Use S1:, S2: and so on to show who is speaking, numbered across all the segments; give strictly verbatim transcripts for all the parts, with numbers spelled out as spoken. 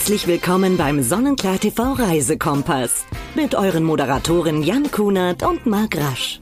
S1: Herzlich willkommen beim Sonnenklar T V Reisekompass mit euren Moderatoren Jan Kunert und Marc Rasch.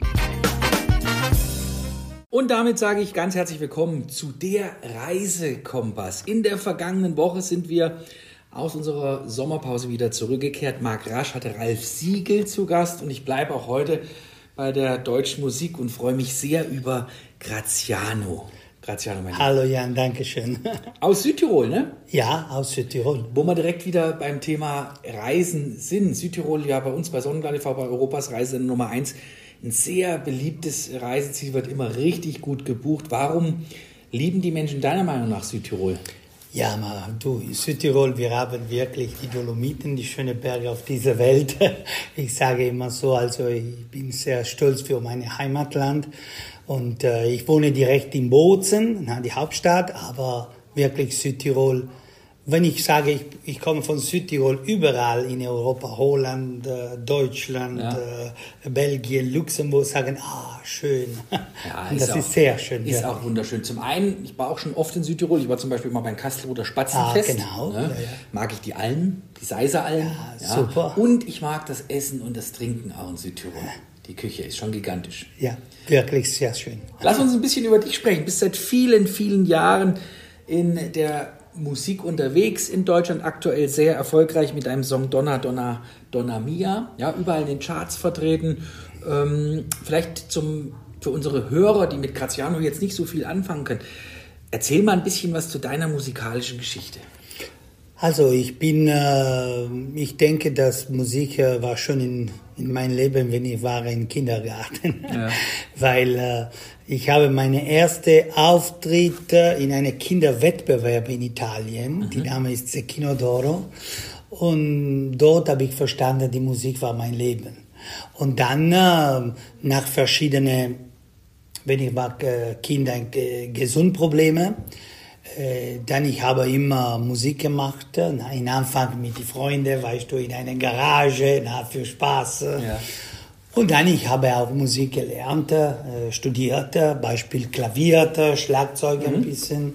S2: Und damit sage ich ganz herzlich willkommen zu der Reisekompass. In der vergangenen Woche sind wir aus unserer Sommerpause wieder zurückgekehrt. Marc Rasch hatte Ralf Siegel zu Gast und ich bleibe auch heute bei der deutschen Musik und freue mich sehr über Graziano. Graziano, mein
S3: Hallo Jan, danke schön.
S2: Aus Südtirol, ne?
S3: Ja, aus Südtirol.
S2: Wo wir direkt wieder beim Thema Reisen sind. Südtirol ja bei uns bei Sonnenklar T V, bei Europas Reise Nummer eins. Ein sehr beliebtes Reiseziel, wird immer richtig gut gebucht. Warum lieben die Menschen deiner Meinung nach Südtirol?
S3: Ja, ma, du, Südtirol, wir haben wirklich die Dolomiten, die schönen Berge auf dieser Welt. Ich sage immer so, also ich bin sehr stolz für mein Heimatland. Und äh, ich wohne direkt in Bozen, na, die Hauptstadt, aber wirklich Südtirol. Wenn ich sage, ich, ich komme von Südtirol, überall in Europa, Holland, äh, Deutschland, ja. äh, Belgien, Luxemburg, sagen, ah, schön.
S2: Ja,
S3: und
S2: ist
S3: das
S2: auch,
S3: ist sehr schön.
S2: Ist
S3: ja.
S2: auch wunderschön. Zum einen, ich war auch schon oft in Südtirol, ich war zum Beispiel mal beim Kastelruther Spatzenfest.
S3: Ah, genau.
S2: Ne?
S3: Ja, ja.
S2: Mag ich die Almen, die Seiseralmen.
S3: Ja,
S2: ja.
S3: super.
S2: Und ich mag das Essen und das Trinken auch in Südtirol. Die Küche ist schon gigantisch.
S3: Ja, wirklich sehr schön.
S2: Lass uns ein bisschen über dich sprechen. Du bist seit vielen, vielen Jahren in der Musik unterwegs in Deutschland, aktuell sehr erfolgreich mit einem Song Donna, Donna, Donna Mia. Ja, überall in den Charts vertreten. Ähm, vielleicht zum, für unsere Hörer, die mit Graziano jetzt nicht so viel anfangen können, erzähl mal ein bisschen was zu deiner musikalischen Geschichte.
S3: Also ich bin, äh, ich denke, dass Musik äh, war schon in, in meinem Leben, wenn ich war im Kindergarten, ja. Weil äh, ich habe meine erste Auftritt äh, in einem Kinderwettbewerb in Italien, mhm. Die Name ist Zecchino d'Oro, und dort habe ich verstanden, die Musik war mein Leben. Und dann äh, nach verschiedenen, wenn ich war äh, Kinder, äh, Gesundprobleme. Äh, dann ich habe immer Musik gemacht, na, in Anfang mit den Freunden, weißt du, in einer Garage, na, für Spaß. Ja. Und dann ich habe auch Musik gelernt, äh, studiert, Beispiel Klavier, Schlagzeug mhm. ein bisschen.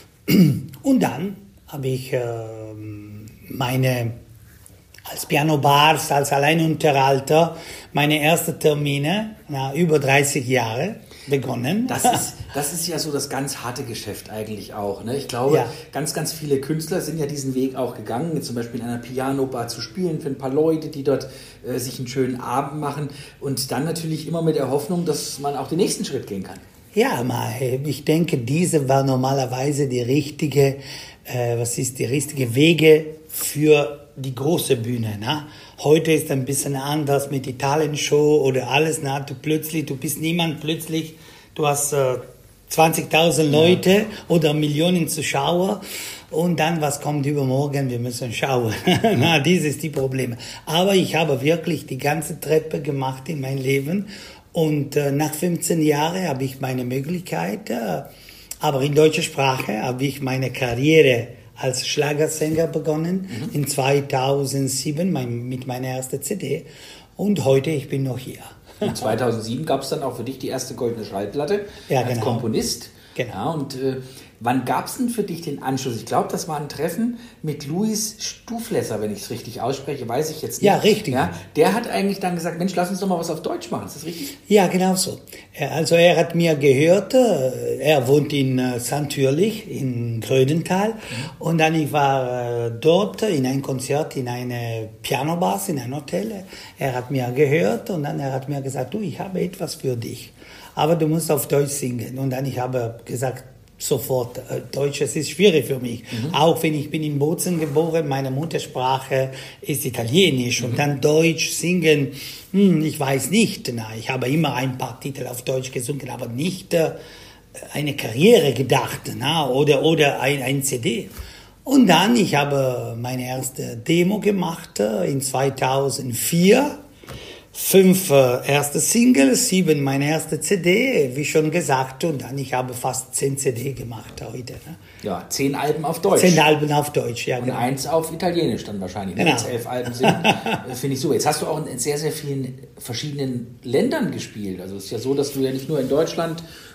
S3: Und dann habe ich äh, meine, als Piano-Bars, als Alleinunterhalter, meine ersten Termine, na, über dreißig Jahre begonnen.
S2: Das ist, das ist ja so das ganz harte Geschäft eigentlich auch. Ne? Ich glaube, ja. ganz, ganz viele Künstler sind ja diesen Weg auch gegangen, zum Beispiel in einer Piano-Bar zu spielen für ein paar Leute, die dort äh, sich einen schönen Abend machen und dann natürlich immer mit der Hoffnung, dass man auch den nächsten Schritt gehen kann.
S3: Ja, ich denke, diese war normalerweise die richtige, äh, was ist die richtige Wege für die große Bühne. Ne? Heute ist ein bisschen anders mit der Talent-Show oder alles. Ne? Du plötzlich, du bist niemand plötzlich, du hast äh, zwanzigtausend Leute ja. oder Millionen Zuschauer und dann, was kommt übermorgen? Wir müssen schauen. Na, dies ist die Probleme. Aber ich habe wirklich die ganze Treppe gemacht in mein Leben und äh, nach fünfzehn Jahren habe ich meine Möglichkeit, äh, aber in deutscher Sprache habe ich meine Karriere als Schlagersänger begonnen, mhm. in zweitausendsieben mein, mit meiner ersten C D und heute ich bin noch hier.
S2: Und zweitausendsieben gab es dann auch für dich die erste goldene Schallplatte ja, als genau. Komponist.
S3: Genau.
S2: Ja, und äh, wann gab es denn für dich den Anschluss? Ich glaube, das war ein Treffen mit Louis Stuflesser, wenn ich es richtig ausspreche, weiß ich jetzt nicht.
S3: Ja, richtig.
S2: Ja, der hat eigentlich dann gesagt, Mensch, lass uns doch mal was auf Deutsch machen. Ist das richtig?
S3: Ja, genau so. Also er hat mir gehört, er wohnt in Santürlich, in Grödental. Mhm. Und dann ich war dort in ein Konzert, in eine Pianobar, in ein Hotel. Er hat mir gehört und dann er hat mir gesagt, du, ich habe etwas für dich. Aber du musst auf Deutsch singen. Und dann ich habe gesagt, sofort, äh, Deutsch, es ist schwierig für mich. Mhm. Auch wenn ich bin in Bozen geboren, meine Muttersprache ist Italienisch. Mhm. Und dann Deutsch singen, hm, ich weiß nicht. Na, ich habe immer ein paar Titel auf Deutsch gesungen, aber nicht äh, eine Karriere gedacht, na, oder, oder ein, ein C D. Und dann, ich habe meine erste Demo gemacht äh, in zweitausendvier. Fünf äh, erste Singles, sieben meine erste C D, wie schon gesagt, und dann ich habe fast zehn C D gemacht heute. Ne?
S2: Ja, zehn Alben auf Deutsch.
S3: Zehn Alben auf Deutsch, ja.
S2: Und
S3: genau.
S2: eins auf Italienisch dann wahrscheinlich.
S3: Genau.
S2: Wenn es elf Alben sind, finde ich super. Jetzt hast du auch in sehr, sehr vielen verschiedenen Ländern gespielt. Also es ist ja so, dass du ja nicht nur in Deutschland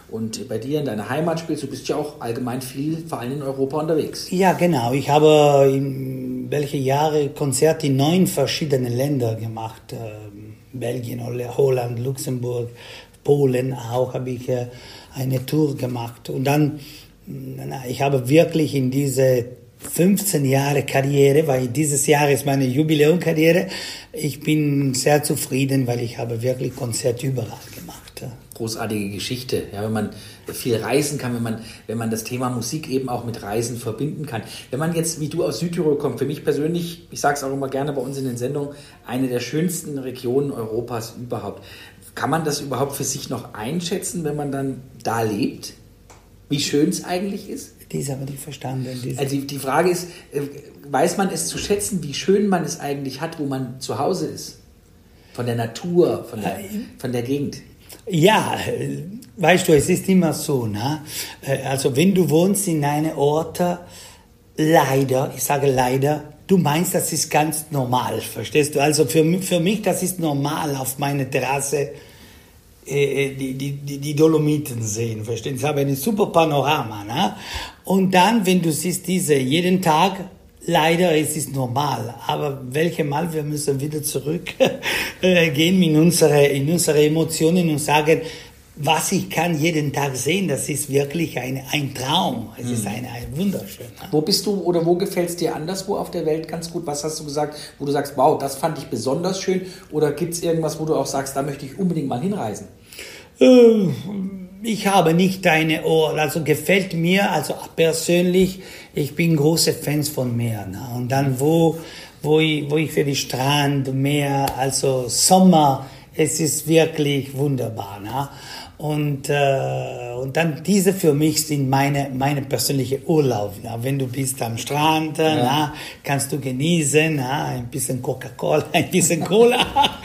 S2: und bei dir in deiner Heimat spielst. Du bist ja auch allgemein viel, vor allem in Europa unterwegs.
S3: Ja, genau. Ich habe in welche Jahre Konzerte in neun verschiedenen Ländern gemacht. Belgien, Holland, Luxemburg, Polen auch habe ich eine Tour gemacht. Und dann, ich habe wirklich in diese fünfzehn Jahre Karriere, weil dieses Jahr ist meine Jubiläumkarriere. Ich bin sehr zufrieden, weil ich habe wirklich Konzerte überall gemacht.
S2: Großartige Geschichte, ja, wenn man viel reisen kann, wenn man, wenn man das Thema Musik eben auch mit Reisen verbinden kann. Wenn man jetzt, wie du aus Südtirol kommst, für mich persönlich, ich sage es auch immer gerne bei uns in den Sendungen, eine der schönsten Regionen Europas überhaupt. Kann man das überhaupt für sich noch einschätzen, wenn man dann da lebt? Wie schön es eigentlich ist?
S3: Das habe ich nicht verstanden. Diese.
S2: Also die, die Frage ist, weiß man es zu schätzen, wie schön man es eigentlich hat, wo man zu Hause ist? Von der Natur, von der, von der Gegend?
S3: Ja, weißt du, es ist immer so, ne? Also wenn du wohnst in einem Ort, leider, ich sage leider, du meinst, das ist ganz normal, verstehst du? Also für, für mich, das ist normal, auf meiner Terrasse Die, die, die, die Dolomiten sehen, verstehen Sie? Ich habe ein super Panorama, ne? Und dann, wenn du siehst diese jeden Tag, leider es ist normal, aber welche Mal wir müssen wieder zurückgehen in unsere, in unsere Emotionen und sagen, was ich kann jeden Tag sehen, das ist wirklich ein, ein Traum. Es mhm. ist ein, ein wunderschön.
S2: Wo bist du oder wo gefällt es dir anderswo auf der Welt ganz gut? Was hast du gesagt, wo du sagst, wow, das fand ich besonders schön? Oder gibt es irgendwas, wo du auch sagst, da möchte ich unbedingt mal hinreisen?
S3: Ich habe nicht eine Ohr, also gefällt mir, also persönlich, ich bin großer Fan von Meer. Ne? Und dann, wo, wo, ich, wo ich für die Strand, Meer, also Sommer, es ist wirklich wunderbar. Ne? Und, äh, und dann diese für mich sind meine, meine persönliche Urlaub. Ja. Wenn du bist am Strand, ja. na, kannst du genießen, na, ein bisschen Coca-Cola, ein bisschen Cola,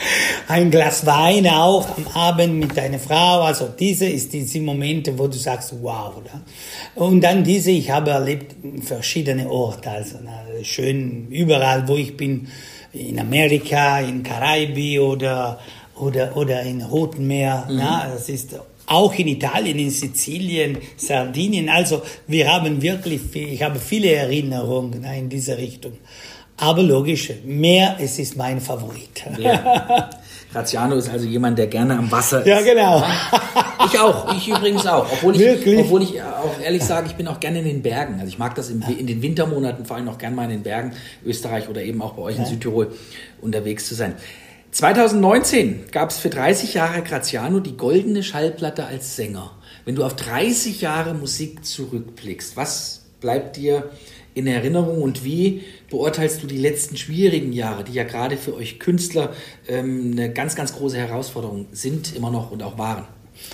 S3: ein Glas Wein auch am Abend mit deiner Frau. Also diese ist diese Momente, wo du sagst, wow. Na. Und dann diese, ich habe erlebt verschiedene Orte, also na, schön überall, wo ich bin, in Amerika, in Karibik oder Oder, oder in Roten Meer, mhm. na, das ist auch in Italien, in Sizilien, Sardinien. Also wir haben wirklich, viel, ich habe viele Erinnerungen na, in diese Richtung. Aber logisch, Meer, es ist mein Favorit.
S2: Ja. Graziano ist also jemand, der gerne am Wasser ist.
S3: Ja, genau.
S2: Ich auch, ich übrigens auch. Obwohl ich, obwohl ich auch ehrlich sage, ich bin auch gerne in den Bergen. Also ich mag das in, in den Wintermonaten vor allem auch gerne mal in den Bergen, Österreich oder eben auch bei euch ja. in Südtirol unterwegs zu sein. zwanzig neunzehn gab es für dreißig Jahre Graziano die goldene Schallplatte als Sänger. Wenn du auf dreißig Jahre Musik zurückblickst, was bleibt dir in Erinnerung und wie beurteilst du die letzten schwierigen Jahre, die ja gerade für euch Künstler ähm, eine ganz, ganz große Herausforderung sind, immer noch und auch waren?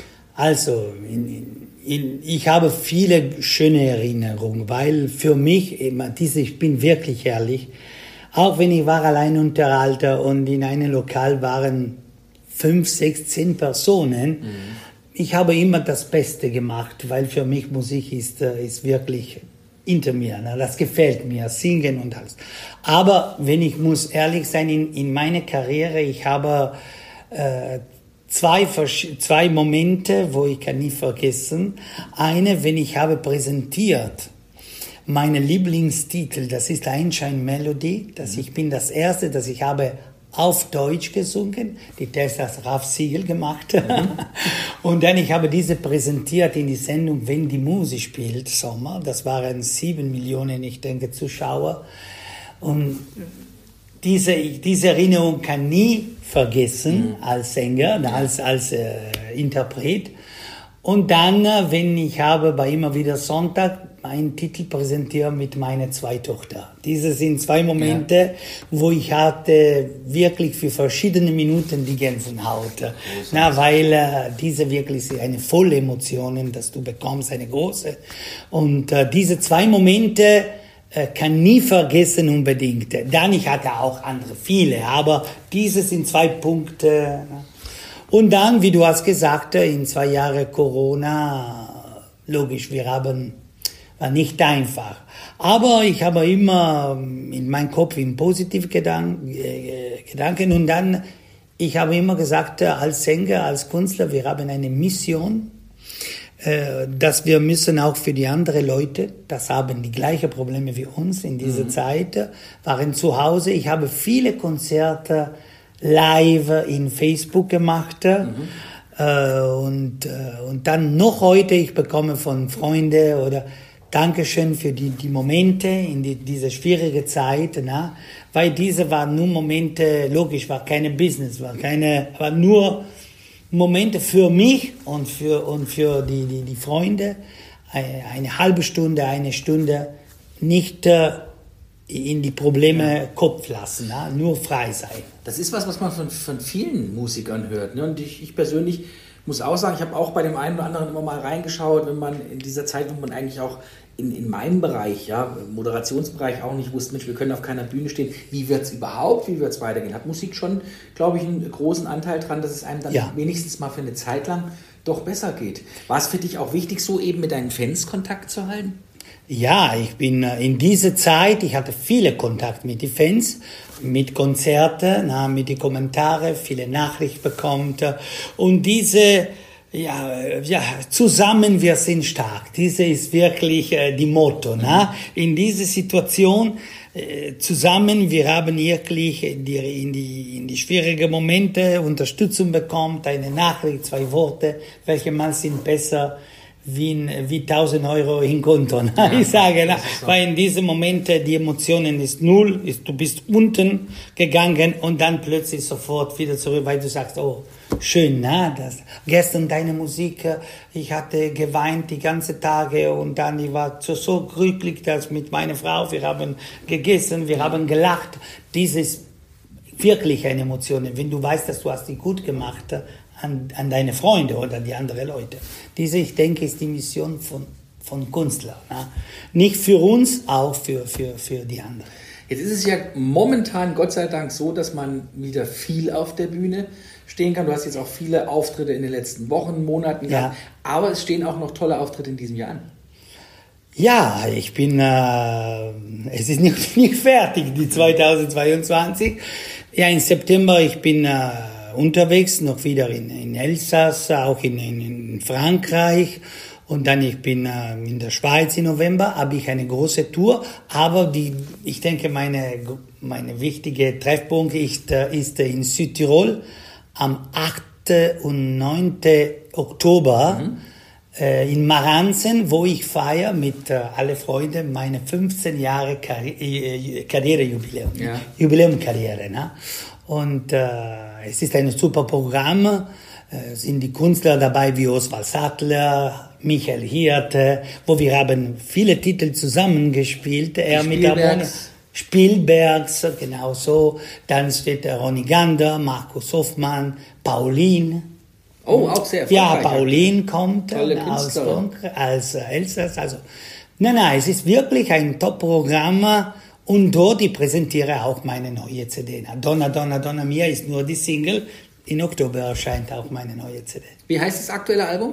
S3: Also, in, in, ich habe viele schöne Erinnerungen, weil für mich, diese, ich bin wirklich ehrlich, auch wenn ich war allein Unterhalter und in einem Lokal waren fünf, sechs, zehn Personen, mhm. ich habe immer das Beste gemacht, weil für mich Musik ist, ist wirklich hinter mir. Ne? Das gefällt mir, singen und alles. Aber wenn ich muss ehrlich sein, in, in meiner Karriere, ich habe äh, zwei, zwei Momente, wo ich kann nie vergessen. Eine, wenn ich habe präsentiert, meine Lieblingstitel, das ist Einstein Melody, das ich bin das erste, das ich habe auf Deutsch gesungen, die Texte hat Ralf Siegel gemacht. Mhm. Und dann ich habe diese präsentiert in die Sendung Wenn die Musik spielt, Sommer, das waren sieben Millionen, ich denke, Zuschauer. Und diese, diese Erinnerung kann nie vergessen mhm. als Sänger, als, als äh, Interpret. Und dann, wenn ich habe bei immer wieder Sonntag einen Titel präsentiert mit meinen zwei Töchtern. Diese sind zwei Momente, ja. wo ich hatte wirklich für verschiedene Minuten die Gänsehaut. Na, weil äh, diese wirklich sind eine volle Emotionen, dass du bekommst, eine große. Und äh, diese zwei Momente äh, kann nie vergessen unbedingt. Dann, ich hatte auch andere viele, aber diese sind zwei Punkte. Na. Und dann, wie du hast gesagt, in zwei Jahren Corona, logisch, wir haben, war nicht einfach. Aber ich habe immer in meinem Kopf in positive Gedanken, äh, Gedanken und dann, ich habe immer gesagt, als Sänger, als Künstler, wir haben eine Mission. äh, dass wir müssen auch für die anderen Leute, das haben die gleichen Probleme wie uns in dieser mhm. Zeit, waren zu Hause. Ich habe viele Konzerte live in Facebook gemacht. Mhm. Äh, und, äh, und dann noch heute, ich bekomme von Freunden oder Dankeschön für die, die Momente in die, diese schwierige Zeit, na? Weil diese waren nur Momente, logisch, war keine Business, war keine, war nur Momente für mich und für, und für die, die, die Freunde. Eine, eine halbe Stunde, eine Stunde nicht äh, in die Probleme ja. Kopf lassen, na? Nur frei sein.
S2: Das ist was, was man von, von vielen Musikern hört. Ne? Und ich, ich persönlich muss auch sagen, ich habe auch bei dem einen oder anderen immer mal reingeschaut, wenn man in dieser Zeit, wo man eigentlich auch in, in meinem Bereich, ja, Moderationsbereich auch nicht wusste, Mensch, wir können auf keiner Bühne stehen, wie wird es überhaupt, wie wird es weitergehen? Hat Musik schon, glaube ich, einen großen Anteil dran, dass es einem dann ja. wenigstens mal für eine Zeit lang doch besser geht. War es für dich auch wichtig, so eben mit deinen Fans Kontakt zu halten?
S3: Ja, ich bin in dieser Zeit, ich hatte viele Kontakte mit den Fans, mit Konzerten, na, mit den Kommentaren, viele Nachrichten bekommen. Und diese, ja, ja, zusammen wir sind stark. Diese ist wirklich äh, die Motto. Mhm. Na? In dieser Situation, äh, zusammen, wir haben wirklich die, in die, in die schwierigen Momente Unterstützung bekommen, eine Nachricht, zwei Worte, welche mal sind besser wie, wie tausend Euro in Konto. Ja, ich sage, na, so. Weil in diesem Moment die Emotionen ist null, ist, du bist unten gegangen und dann plötzlich sofort wieder zurück, weil du sagst, oh, schön, na, das, gestern deine Musik, ich hatte geweint die ganze Tage und dann, ich war so, so glücklich, dass mit meiner Frau, wir haben gegessen, wir haben gelacht. Dieses wirklich eine Emotion, wenn du weißt, dass du hast die gut gemacht An, an deine Freunde oder die anderen Leute. Diese, ich denke, ist die Mission von, von Künstlern. Ne? Nicht für uns, auch für, für, für die anderen.
S2: Jetzt ist es ja momentan, Gott sei Dank, so, dass man wieder viel auf der Bühne stehen kann. Du hast jetzt auch viele Auftritte in den letzten Wochen, Monaten gehabt. Ja. Aber es stehen auch noch tolle Auftritte in diesem Jahr an.
S3: Ja, ich bin, äh, es ist nicht, nicht fertig, die zweitausendzweiundzwanzig. Ja, im September, ich bin äh, unterwegs, noch wieder in, in Elsass, auch in, in, in Frankreich. Und dann, ich bin äh, in der Schweiz im November, habe ich eine große Tour. Aber die, ich denke, meine, meine wichtige Treffpunkt ist, äh, ist in Südtirol am achten und neunten Oktober mhm. äh, in Maranzen, wo ich feiere mit äh, alle Freunden meine fünfzehn Jahre Karri- Karrierejubiläum, ja. Jubiläumkarriere. Ne? Und äh, es ist ein super Programm. Äh, sind die Künstler dabei wie Oswald Sattler, Michael Hirte, wo wir haben viele Titel zusammengespielt. Er mit der Spielbergs, genau so. Dann steht der Ronny Gander, Markus Hoffmann, Pauline.
S2: Oh, auch sehr erfolgreich.
S3: Ja, Pauline kommt
S2: Tolle
S3: aus Frankreich, als Elsass. Also, nein, nein, es ist wirklich ein Top-Programm. Und dort, ich präsentiere auch meine neue C D. Donna, Donna, Donna Mia ist nur die Single. In Oktober erscheint auch meine neue C D.
S2: Wie heißt das aktuelle Album?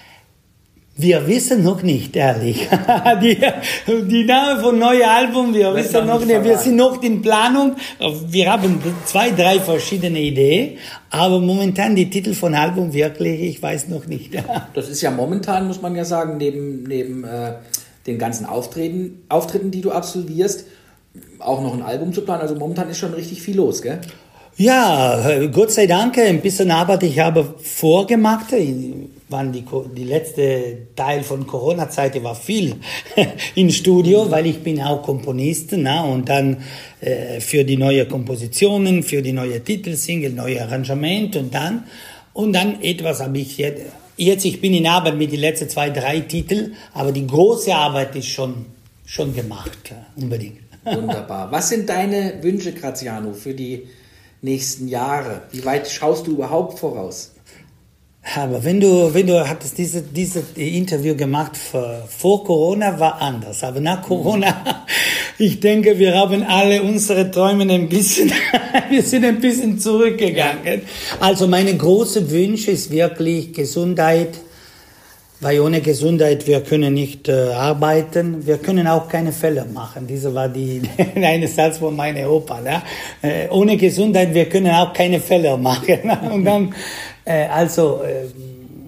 S3: Wir wissen noch nicht, ehrlich. die, die Name von neuem Album, wir das wissen noch nicht. Verraten. Wir sind noch in Planung. Wir haben zwei, drei verschiedene Ideen. Aber momentan die Titel von Album wirklich, ich weiß noch nicht.
S2: Das ist ja momentan, muss man ja sagen, neben, neben äh, den ganzen Auftritten, Auftritten, die du absolvierst, auch noch ein Album zu planen. Also momentan ist schon richtig viel los, gell?
S3: Ja, Gott sei Dank, ein bisschen Arbeit ich habe vorgemacht. Wann die, die letzte Teil von Corona-Zeit war viel im Studio, mhm. weil ich bin auch Komponist, na, und dann äh, für die neue Kompositionen, für die neue Titelsingle, neue Arrangement und dann und dann etwas habe ich jetzt. Jetzt ich bin in Arbeit mit den letzten zwei, drei Titeln, aber die große Arbeit ist schon schon gemacht, unbedingt.
S2: Wunderbar. Was sind deine Wünsche, Graziano, für die nächsten Jahre? Wie weit schaust du überhaupt voraus?
S3: Aber wenn du, wenn du hattest diese, diese Interview gemacht vor, vor Corona, war anders. Aber nach Corona, ich denke, wir haben alle unsere Träume ein bisschen, wir sind ein bisschen zurückgegangen. Also meine große Wünsche ist wirklich Gesundheit, weil ohne Gesundheit, wir können nicht äh, arbeiten, wir können auch keine Fälle machen. Diese war die, eine Satz von meiner Opa. Ne? Äh, ohne Gesundheit, wir können auch keine Fälle machen. Und dann, äh, also, äh,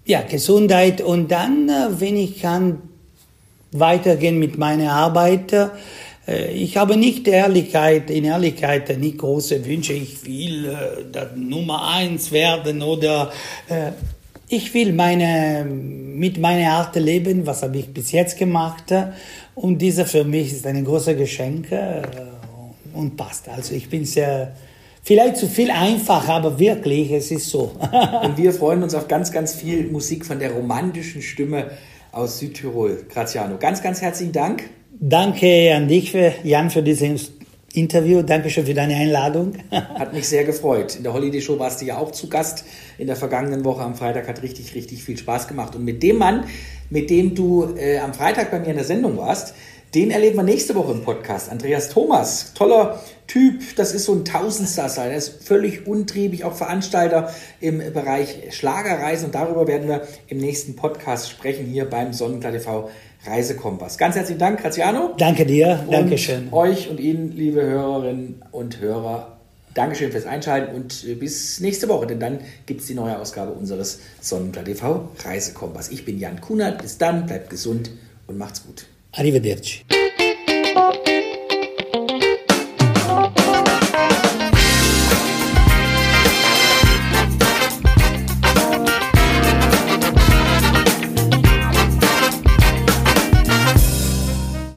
S3: Ja, Gesundheit und dann, wenn ich kann, weitergehen mit meiner Arbeit. Ich habe nicht Ehrlichkeit, in Ehrlichkeit nicht große Wünsche. Ich will äh, Nummer eins werden oder äh, ich will meine, mit meiner Art leben, was habe ich bis jetzt gemacht. Und diese für mich ist ein großes Geschenk äh, und passt. Also ich bin sehr... Vielleicht zu viel einfach, aber wirklich, es ist so.
S2: Und wir freuen uns auf ganz, ganz viel Musik von der romantischen Stimme aus Südtirol. Graziano, ganz, ganz herzlichen Dank.
S3: Danke an dich, Jan, für dieses Interview. Dankeschön für deine Einladung.
S2: Hat mich sehr gefreut. In der Holiday Show warst du ja auch zu Gast. In der vergangenen Woche am Freitag hat richtig, richtig viel Spaß gemacht. Und mit dem Mann, mit dem du äh, am Freitag bei mir in der Sendung warst, den erleben wir nächste Woche im Podcast. Andreas Thomas, toller Typ, das ist so ein Tausendsasser, der ist völlig untriebig, auch Veranstalter im Bereich Schlagerreisen und darüber werden wir im nächsten Podcast sprechen, hier beim Sonnenklar T V Reisekompass. Ganz herzlichen Dank, Graziano.
S3: Danke dir, Dankeschön.
S2: Und euch und Ihnen, liebe Hörerinnen und Hörer, Dankeschön fürs Einschalten und bis nächste Woche, denn dann gibt es die neue Ausgabe unseres Sonnenklar T V Reisekompass. Ich bin Jan Kunert, bis dann, bleibt gesund und macht's gut.
S3: Arrivederci.